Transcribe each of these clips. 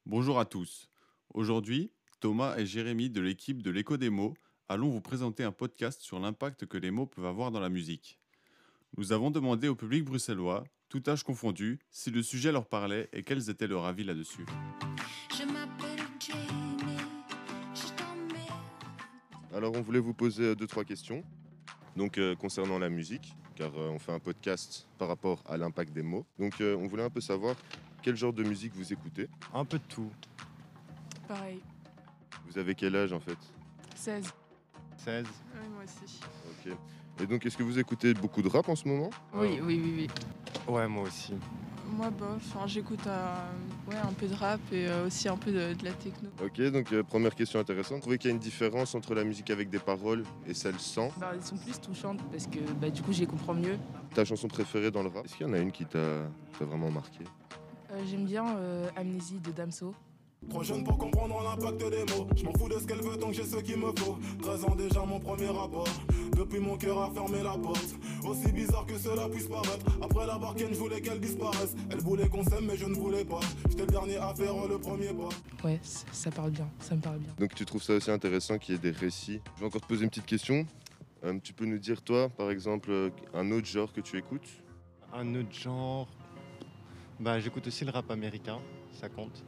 Bonjour à tous. Aujourd'hui, Thomas et Jérémy de l'équipe de l'Écho des mots allons vous présenter un podcast sur l'impact que les mots peuvent avoir dans la musique. Nous avons demandé au public bruxellois, tout âge confondu, si le sujet leur parlait et quels étaient leurs avis là-dessus. Je m'appelle Jenny, je t'emmerde. Alors on voulait vous poser deux, trois questions concernant la musique, car on fait un podcast par rapport à l'impact des mots. On voulait un peu savoir quel genre de musique vous écoutez. Un peu de tout. Pareil, Vous avez quel âge en fait? 16. 16. Oui, moi aussi. Ok. Et donc est-ce que vous écoutez beaucoup de rap en ce moment? Oui. Ouais, moi aussi. Moi, bof, j'écoute un peu de rap et aussi un peu de la techno. Ok, première question intéressante. Vous trouvez qu'il y a une différence entre la musique avec des paroles et celle sans? Elles sont plus touchantes parce que du coup je les comprends mieux. Ta chanson préférée dans le rap? Est-ce qu'il y en a une qui t'a vraiment marqué? J'aime bien Amnésie de Damso. Trop jeune pour comprendre l'impact des mots. Je m'en fous de ce qu'elle veut tant que j'ai ce qu'il me faut. 13 ans déjà mon premier rapport. Depuis mon cœur a fermé la porte. Aussi bizarre que cela puisse paraître. Après la barquette je voulais qu'elle disparaisse. Elle voulait qu'on s'aime mais je ne voulais pas. J'étais le dernier à faire le premier pas. Ouais, ça parle bien, ça me parle bien. Donc tu trouves ça aussi intéressant qu'il y ait des récits? Je vais encore te poser une petite question. Tu peux nous dire toi, par exemple, un autre genre que tu écoutes? Un autre genre. J'écoute aussi le rap américain, ça compte.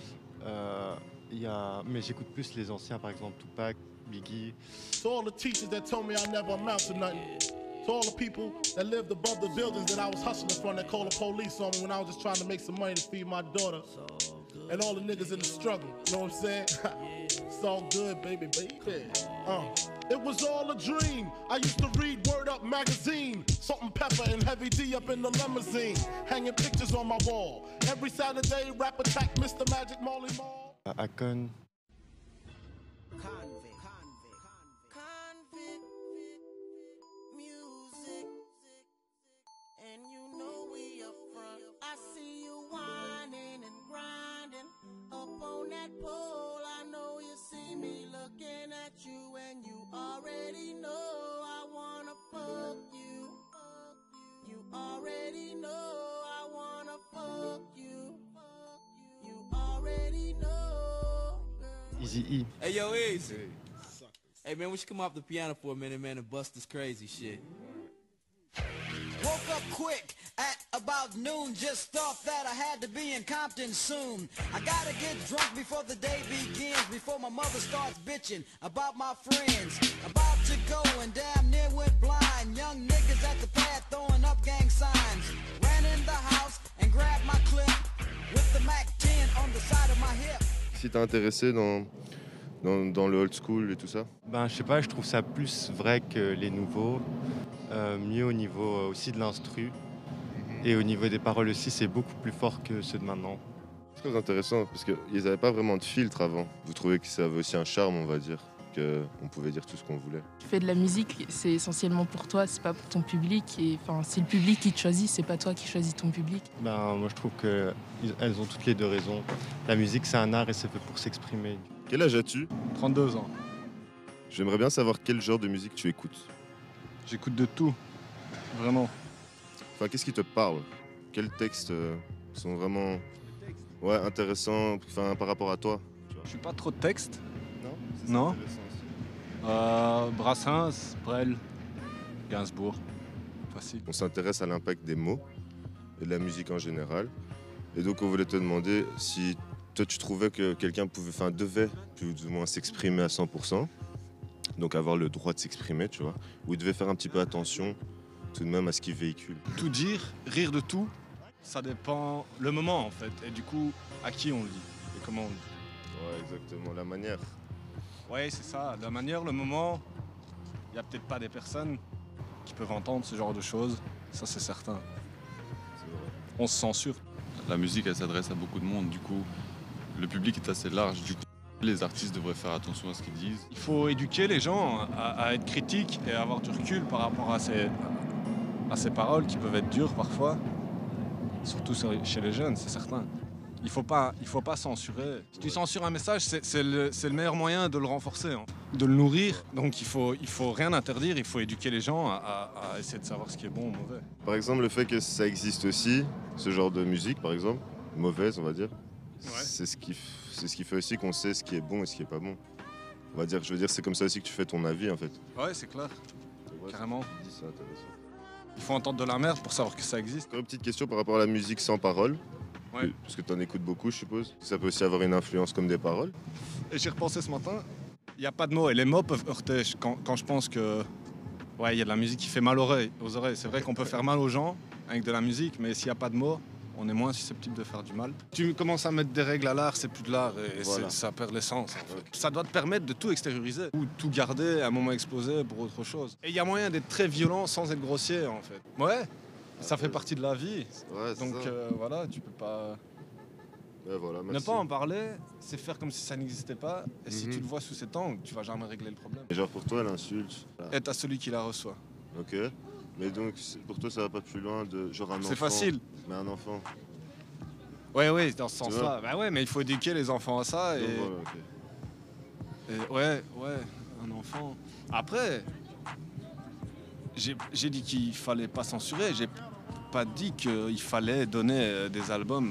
Mais j'écoute plus les anciens, par exemple Tupac, Biggie. To all the teachers that told me I never amount to nothing. To all the people that lived above the buildings that I was hustling from that called the police on me when I was just trying to make some money to feed my daughter. And all the niggas in the struggle, you know what I'm saying? It's all good, baby. It was all a dream. I used to read Word Up magazine. Salt and Pepper and Heavy D up in the limousine. Hanging pictures on my wall. Every Saturday, rap attack, Mr. Magic Molly Mall. Akon. Convict music, and you know we up front. I see you whining and grinding up on that pole. I know you see me looking at you, and you already know I wanna fuck you. You already know I wanna fuck you. You already know. Eazy-E. Hey, yo, Easy. Hey, man, we should come off the piano for a minute, man, and bust this crazy shit. Woke up quick at about noon, just thought that I had to be in Compton soon. I gotta get drunk before the day begins, before my mother starts bitching about my friends. About to go and damn near went blind. Young niggas at the pad throwing up gang signs. Ran in the house and grabbed my clip with the Mac 10 on the side of my hip. Si t'es intéressé dans le old school et tout ça? Je sais pas, je trouve ça plus vrai que les nouveaux. Mieux au niveau aussi de l'instru. Et au niveau des paroles aussi, c'est beaucoup plus fort que ceux de maintenant. C'est très intéressant parce qu'ils n'avaient pas vraiment de filtre avant. Vous trouvez que ça avait aussi un charme, on va dire, qu'on pouvait dire tout ce qu'on voulait? Tu fais de la musique, c'est essentiellement pour toi, c'est pas pour ton public. Et c'est le public qui te choisit, c'est pas toi qui choisis ton public. Moi je trouve qu'elles ont toutes les deux raison. La musique c'est un art et c'est fait pour s'exprimer. Quel âge as-tu? 32 ans. J'aimerais bien savoir quel genre de musique tu écoutes. J'écoute de tout, vraiment. Enfin, qu'est-ce qui te parle? Quels textes sont vraiment intéressants par rapport à toi? Je suis pas trop de texte. Non? Non. Brassens, Brel, Gainsbourg, facile. On s'intéresse à l'impact des mots et de la musique en général. Et donc on voulait te demander si toi tu trouvais que quelqu'un devait plus ou moins s'exprimer à 100%, donc avoir le droit de s'exprimer, tu vois, ou il devait faire un petit peu attention tout de même à ce qu'il véhicule. Tout dire, rire de tout, ça dépend le moment en fait. Et du coup, à qui on le dit et comment on le dit. Ouais, exactement, la manière. Ouais, c'est ça. La manière, le moment, il n'y a peut-être pas des personnes qui peuvent entendre ce genre de choses. Ça, c'est certain. C'est vrai. On se censure. La musique, elle s'adresse à beaucoup de monde, du coup, le public est assez large, du coup, les artistes devraient faire attention à ce qu'ils disent. Il faut éduquer les gens à être critiques et à avoir du recul par rapport à ces paroles qui peuvent être dures parfois, surtout chez les jeunes, c'est certain. Il faut pas censurer. Si tu censures un message, c'est le meilleur moyen de le renforcer, hein, de le nourrir. Donc il faut rien interdire, il faut éduquer les gens à essayer de savoir ce qui est bon ou mauvais. Par exemple, le fait que ça existe aussi, ce genre de musique, par exemple, mauvaise, on va dire, C'est ce qui fait aussi qu'on sait ce qui est bon et ce qui est pas bon. Je veux dire, c'est comme ça aussi que tu fais ton avis en fait. Ouais, c'est clair. Carrément. C'est intéressant. Il faut entendre de la merde pour savoir que ça existe. Encore une petite question par rapport à la musique sans paroles. Ouais. Parce que tu en écoutes beaucoup, je suppose. Ça peut aussi avoir une influence comme des paroles. Et j'y repensé ce matin. Il n'y a pas de mots et les mots peuvent heurter quand je pense que il y a de la musique qui fait mal aux oreilles. C'est vrai qu'on peut faire mal aux gens avec de la musique, mais s'il n'y a pas de mots, on est moins susceptible de faire du mal. Tu commences à mettre des règles à l'art, c'est plus de l'art et Voilà. ça perd l'essence. En fait. Ça doit te permettre de tout extérioriser ou tout garder à un moment exposé pour autre chose. Et il y a moyen d'être très violent sans être grossier en fait. Ouais, ça fait partie de la vie. Ouais, Donc voilà, tu peux pas... Voilà, Ne merci. pas en parler, c'est faire comme si ça n'existait pas. Et si tu le vois sous cet angle, tu vas jamais régler le problème. Et genre pour toi, l'insulte. Être à celui qui la reçoit. Ok. Mais donc pour toi, ça va pas plus loin de genre un enfant. C'est facile. Mais un enfant. Ouais, dans ce sens-là. Bah ouais, mais il faut éduquer les enfants à ça. Donc, voilà, ok. Et ouais, un enfant. Après, j'ai dit qu'il fallait pas censurer. J'ai pas dit qu'il fallait donner des albums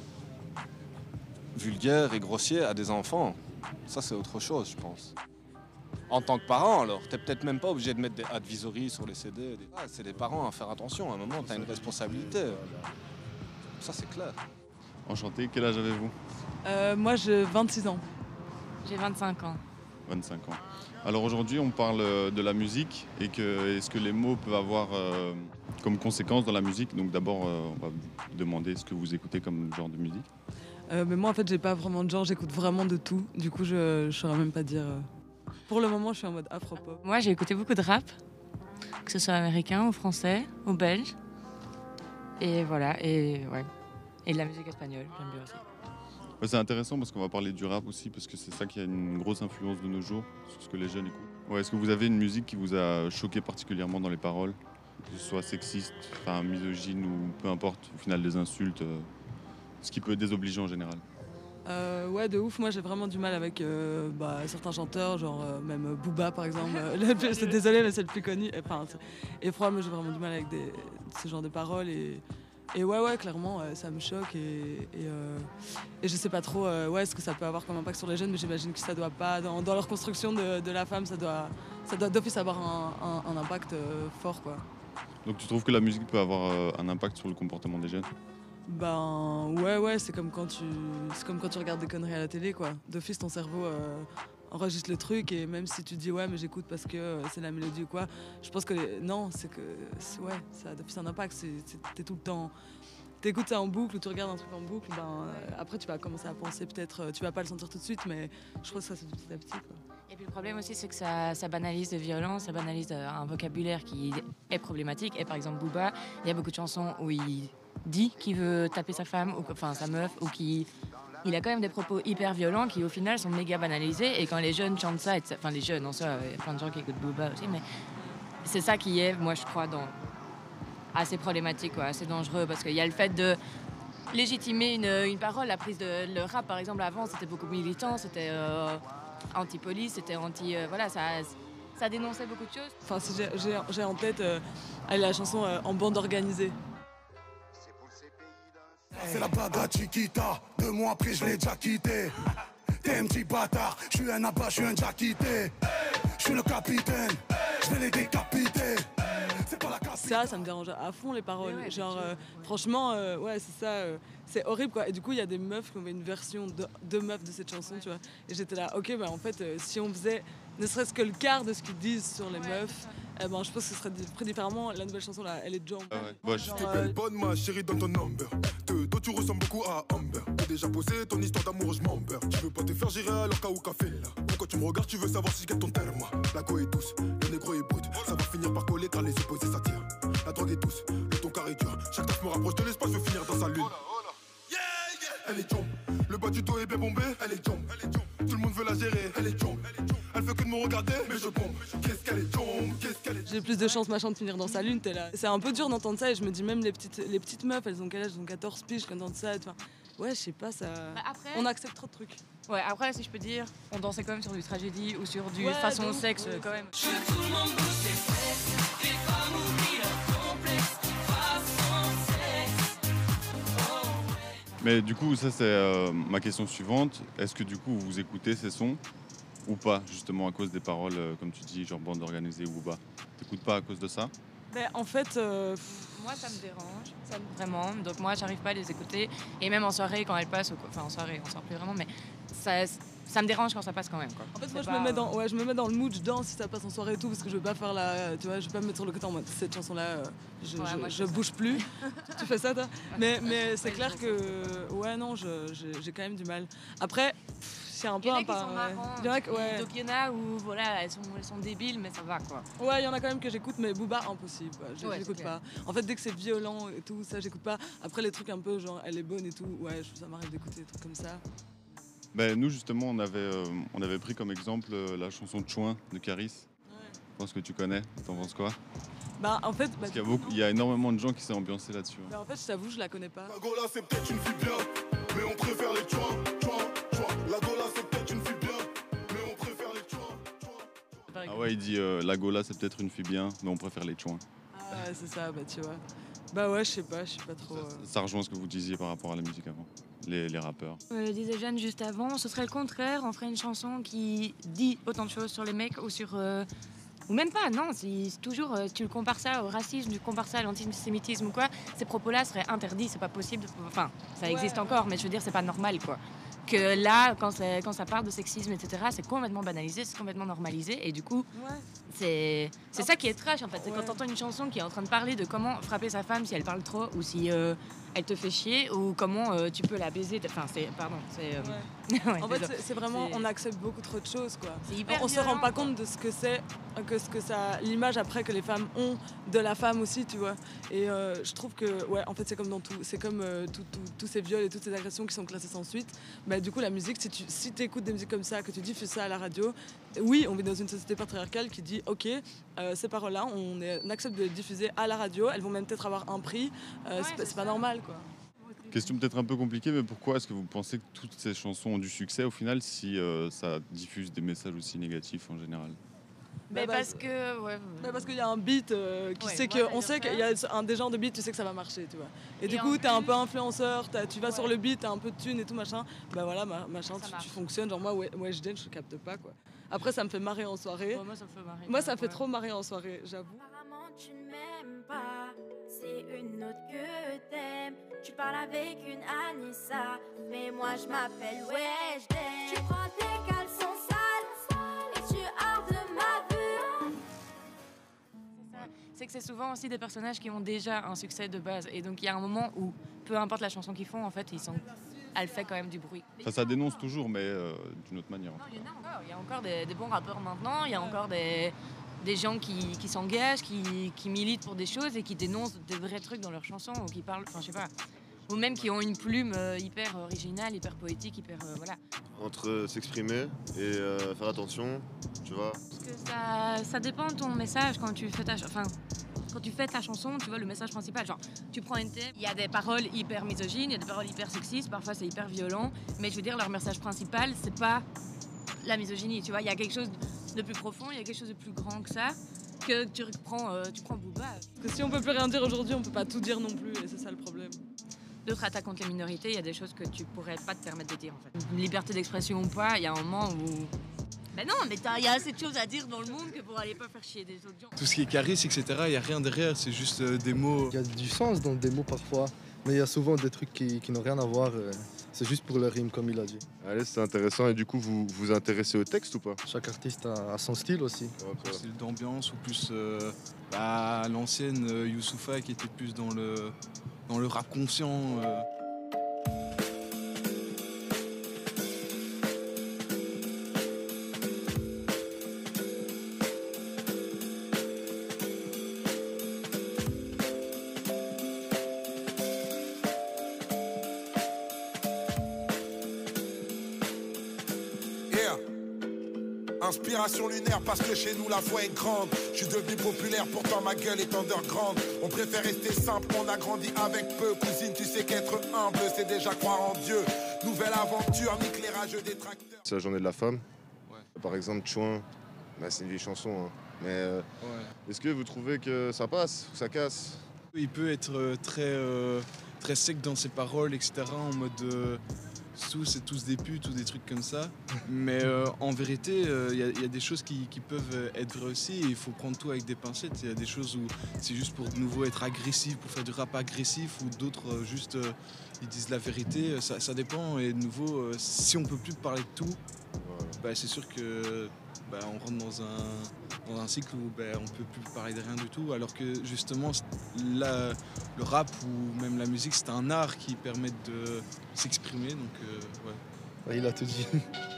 vulgaires et grossiers à des enfants. Ça, c'est autre chose, je pense. En tant que parent, alors, t'es peut-être même pas obligé de mettre des advisories sur les CD. C'est des parents à faire attention. À un moment, t'as une responsabilité. Ça, c'est clair. Enchanté, quel âge avez-vous? Moi, j'ai 26 ans. J'ai 25 ans. 25 ans. Alors aujourd'hui, on parle de la musique et est-ce que les mots peuvent avoir comme conséquence dans la musique. Donc d'abord, on va vous demander ce que vous écoutez comme genre de musique. Mais moi, en fait, j'ai pas vraiment de genre, j'écoute vraiment de tout. Du coup, je saurais même pas dire. Pour le moment, je suis en mode afro-pop. Moi, j'ai écouté beaucoup de rap, que ce soit américain ou français ou belge. Et voilà, et de la musique espagnole, j'aime bien aussi. Ouais, c'est intéressant parce qu'on va parler du rap aussi, parce que c'est ça qui a une grosse influence de nos jours sur ce que les jeunes écoutent. Ouais, est-ce que vous avez une musique qui vous a choqué particulièrement dans les paroles, que ce soit sexiste, misogyne ou peu importe, au final des insultes, ce qui peut désobliger en général? Ouais, de ouf. Moi, j'ai vraiment du mal avec certains chanteurs, genre même Booba par exemple. C'est désolé, mais c'est le plus connu. Et Froid, moi, j'ai vraiment du mal avec ce genre de paroles. Et ouais, clairement, ça me choque. Et je sais pas trop ce que ça peut avoir comme impact sur les jeunes, mais j'imagine que ça doit pas, dans leur construction de la femme, ça doit d'office avoir un impact fort, quoi. Donc tu trouves que la musique peut avoir un impact sur le comportement des jeunes? Ben ouais, c'est comme quand tu regardes des conneries à la télé, quoi. D'office, ton cerveau enregistre le truc, et même si tu dis ouais mais j'écoute parce que c'est la mélodie ou quoi, je pense que non, ça a d'office un impact. T'es tout le temps, t'écoutes ça en boucle ou tu regardes un truc en boucle, après tu vas commencer à penser, peut-être tu vas pas le sentir tout de suite, mais je crois que ça se fait petit à petit, quoi. Et puis le problème aussi, c'est que ça banalise de violence, ça banalise un vocabulaire qui est problématique. Et par exemple, Booba, il y a beaucoup de chansons où il dit qu'il veut taper sa femme, sa meuf, ou il a quand même des propos hyper violents qui au final sont méga banalisés. Et quand les jeunes chantent ça, les jeunes en soi, il y a plein de gens qui écoutent Booba aussi, mais c'est ça qui est, moi je crois, assez problématique, quoi, assez dangereux, parce qu'il y a le fait de légitimer une parole. La prise de le rap, par exemple, avant, c'était beaucoup militant, c'était anti-police, c'était ça dénonçait beaucoup de choses. Enfin, si j'ai en tête la chanson En bande organisée. C'est la blague Chiquita, 2 mois après je l'ai déjà quitté. T'es un petit bâtard, je suis un abat, je suis un déjà quitté. Je suis le capitaine, je vais les décapiter. Ça me dérange à fond les paroles. Ouais, genre, franchement, c'est ça, c'est horrible, quoi. Et du coup, il y a des meufs qui ont fait une version de meufs de cette chanson, tu vois. Et j'étais là, ok, en fait, si on faisait ne serait-ce que le quart de ce qu'ils disent sur les meufs, je pense que ce serait pris différemment. La nouvelle chanson, là, elle est jump. T'es belle bonne, ma chérie, dans ton number. Toi, tu ressembles beaucoup à Amber. T'as déjà posé ton histoire d'amour, je m'emberre. Tu veux pas te faire gérer alors qu'à ou café, là. Quand tu me regardes, tu veux savoir si je gagne ton terme. La go est douce, le négro est brut. Ça va finir par coller car les opposés s'attirent. La drogue est douce, le ton carré dur. Chaque tâche me rapproche de l'espace, je veux finir dans sa lune. Elle est jump, le bas du dos est bien bombé. Elle est jump, tout le monde veut la gérer. Elle est jump, elle veut que de me regarder, mais je bombe. Qu'est-ce qu'elle est jump, qu'est-ce qu'elle est. J'ai plus de chance machin de finir dans sa lune, t'es là. C'est un peu dur d'entendre ça, et je me dis même les petites meufs, elles ont quel âge? Elles ont 14 piges quand elles entendent ça. Ouais, je sais pas, ça. Après, on accepte trop de trucs. Ouais, après, si je peux dire, on dansait quand même sur du tragédie ou sur du façon sexe, quand même. Je veux tout le monde bouger sexe, les femmes oublient leur complexe, façon sexe. Oh ouais. Mais du coup, ça c'est ma question suivante. Est-ce que du coup vous écoutez ces sons ou pas, justement à cause des paroles, comme tu dis, genre bande organisée ou Booba? T'écoutes pas à cause de ça? Ben, en fait, Moi, ça me dérange, vraiment. Donc moi, j'arrive pas à les écouter. Et même en soirée, quand elles passent, enfin en soirée, on sort plus vraiment, mais ça me dérange quand ça passe quand même, quoi. en fait, moi, je me mets dans le mood, je danse si ça passe en soirée et tout, parce que je veux pas faire tu vois, je vais pas me mettre sur le côté en mode cette chanson-là, Moi, je bouge plus. Tu fais ça, toi? Mais c'est clair que, ouais, non, j'ai quand même du mal. Après, c'est un peu Il y en a qui sont marrants. Il y en a, ouais. Donc il y en a où voilà, elles sont débiles, mais ça va, quoi. Ouais, il y en a quand même que j'écoute, mais Booba, impossible. Ouais, Ouais, j'écoute c'est pas. En fait, dès que c'est violent et tout, ça, j'écoute pas. Après, les trucs un peu genre, elle est bonne et tout, ouais, ça m'arrive d'écouter des trucs comme ça. Ben, nous justement on avait pris comme exemple la chanson Chouin de Caris. Je pense que tu connais, t'en penses quoi? Bah, en fait, Parce il y a énormément de gens qui s'est ambiancé là-dessus. bah, en fait, je t'avoue, je la connais pas. La Gola c'est peut-être une fille bien, mais on préfère les chouins, chouins, chouins. La Gola c'est peut-être une fille bien, mais on préfère les chouins, chouins. Ah ouais, il dit la Gola c'est peut-être une fille bien, mais on préfère les chouins. Ah, ouais, c'est ça, bah, tu vois. Bah, ouais, je sais pas trop. Ça rejoint ce que vous disiez par rapport à la musique avant, les rappeurs. Disait Jeanne juste avant, ce serait le contraire, on ferait une chanson qui dit autant de choses sur les mecs ou sur... Ou même pas, non, c'est toujours, tu le compares ça au racisme, tu compares ça à l'antisémitisme ou quoi, ces propos-là seraient interdits, c'est pas possible, enfin, ça existe encore, mais je veux dire, c'est pas normal, quoi. Que là, quand ça parle de sexisme, etc., c'est complètement banalisé, c'est complètement normalisé, et du coup, c'est ça qui est trash, en fait, c'est quand t'entends une chanson qui est en train de parler de comment frapper sa femme si elle parle trop, ou si elle te fait chier, ou comment tu peux la baiser, enfin, ouais, en fait, c'est vraiment, on accepte beaucoup trop de choses, quoi. On se violent, rend pas quoi. compte de ce que c'est, l'image après que les femmes ont de la femme aussi, tu vois. Et je trouve que, ouais, en fait, c'est comme dans tout. C'est comme tous ces viols et toutes ces agressions qui sont classées sans suite. Bah, du coup, la musique, si tu écoutes des musiques comme ça, que tu diffuses ça à la radio, oui, on vit dans une société patriarcale qui dit, ok, ces paroles-là, on accepte de les diffuser à la radio, elles vont même peut-être avoir un prix, c'est pas normal, quoi. Question peut-être un peu compliquée, mais pourquoi est-ce que vous pensez que toutes ces chansons ont du succès au final si ça diffuse des messages aussi négatifs en général? Mais parce que, ouais. Parce qu'il y a un beat qui sait que, on sait qu'il y a des genres de beats, tu sais que ça va marcher, tu vois. Et du coup, t'es un peu influenceur, tu vas sur le beat, t'as un peu de thunes et tout, machin. Bah voilà, machin, tu fonctionnes. Genre moi, je capte pas, quoi. Après, ça me fait marrer en soirée. Moi, ça me fait marrer. Moi, ça fait trop marrer en soirée, j'avoue. Apparemment, tu ne m'aimes pas. C'est une autre que t'aimes. Tu parles avec une Anissa. Mais moi, je m'appelle Weshden. Tu prends tes caleçons sales et tu hors de ma vue. C'est que c'est souvent aussi des personnages qui ont déjà un succès de base. Et donc, il y a un moment où, peu importe la chanson qu'ils font, en fait, elle fait quand même du bruit. Enfin, ça dénonce toujours, mais d'une autre manière. Non, il y en a encore. Il y a encore des bons rappeurs maintenant. Il y a encore des gens qui s'engagent, qui militent pour des choses et qui dénoncent des vrais trucs dans leurs chansons ou qui parlent, enfin, je sais pas. Ou même qui ont une plume hyper originale, hyper poétique, hyper... voilà. Entre s'exprimer et faire attention, tu vois. Parce que ça dépend de ton message quand tu fais ta chanson, tu vois, le message principal. Genre, tu prends NTM, il y a des paroles hyper misogynes, il y a des paroles hyper sexistes, parfois c'est hyper violent, mais je veux dire, leur message principal, c'est pas la misogynie, tu vois. Il y a quelque chose de plus profond, il y a quelque chose de plus grand que ça, que tu prends Booba. Parce que si on peut plus rien dire aujourd'hui, on peut pas tout dire non plus, et c'est ça le problème. D'autres attaques contre les minorités, il y a des choses que tu pourrais pas te permettre de dire, en fait. Liberté d'expression ou pas, il y a un moment où... Ben non, mais il y a assez de choses à dire dans le monde que pour aller pas faire chier des autres gens. Tout ce qui est charisme, etc., il n'y a rien derrière, c'est juste des mots. Il y a du sens dans des mots parfois, mais il y a souvent des trucs qui n'ont rien à voir. C'est juste pour le rime, comme il a dit. Allez, c'est intéressant. Et du coup, vous vous intéressez au texte ou pas? Chaque artiste a son style aussi. Style d'ambiance ou plus à l'ancienne Youssoupha qui était plus dans le rap conscient. Inspiration lunaire parce que chez nous la foi est grande. Je suis devenu populaire, pourtant ma gueule est underground. On préfère rester simple, on a grandi avec peu. Cousine, tu sais qu'être humble, c'est déjà croire en Dieu. Nouvelle aventure, l'éclairage des tracteurs. C'est la journée de la femme. Ouais. Par exemple, Chouin, bah, c'est une vieille chanson. Hein. Mais est-ce que vous trouvez que ça passe ou ça casse? Il peut être très sec dans ses paroles, etc. En mode c'est tous des putes ou des trucs comme ça. Mais en vérité, il y a des choses qui peuvent être vraies aussi. Et il faut prendre tout avec des pincettes. Il y a des choses où c'est juste pour de nouveau être agressif, pour faire du rap agressif, ou d'autres juste ils disent la vérité. Ça dépend. Et de nouveau, si on peut plus parler de tout, bah, c'est sûr que on rentre dans un cycle où on peut plus parler de rien du tout, alors que justement le rap ou même la musique, c'est un art qui permet de s'exprimer, donc ouais. Il a tout dit.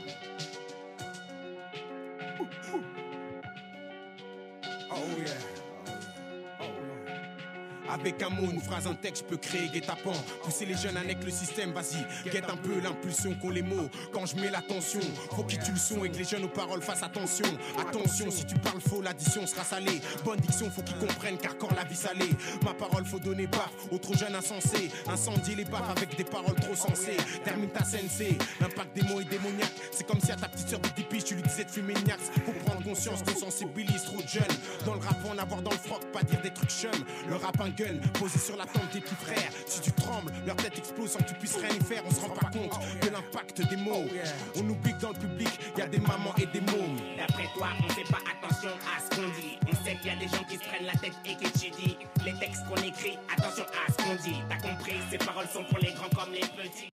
Avec un mot, une phrase, un texte, je peux créer guet-apens. Pousser les jeunes avec le système, vas-y, guette un peu l'impulsion qu'ont les mots. Quand je mets l'attention, faut qu'ils tuent le son et que les jeunes aux paroles fassent attention. Attention, si tu parles faux, l'addition sera salée. Bonne diction, faut qu'ils comprennent car quand la vie salée. Ma parole, faut donner baffe aux trop jeunes insensés. Incendier les baffes avec des paroles trop sensées. Termine ta sensei, l'impact des mots est démoniaque. C'est comme si à ta petite sœur de 10 piges, tu lui disais de fumer une Niax. Faut prendre conscience qu'on sensibilise trop de jeunes. Dans le rap, en avoir dans le froc, pas dire des trucs chum. Le rap, un posé sur la tente des petits frères. Si tu trembles, leur tête explose sans que tu puisses rien y faire. On se rend pas compte de l'impact des mots. On oublie que dans le public, y a des mamans et des mômes. D'après toi, on fait pas attention à ce qu'on dit. On sait qu'il y a des gens qui se prennent la tête et qui étudient les textes qu'on écrit. Attention à ce qu'on dit. T'as compris, ces paroles sont pour les grands comme les petits.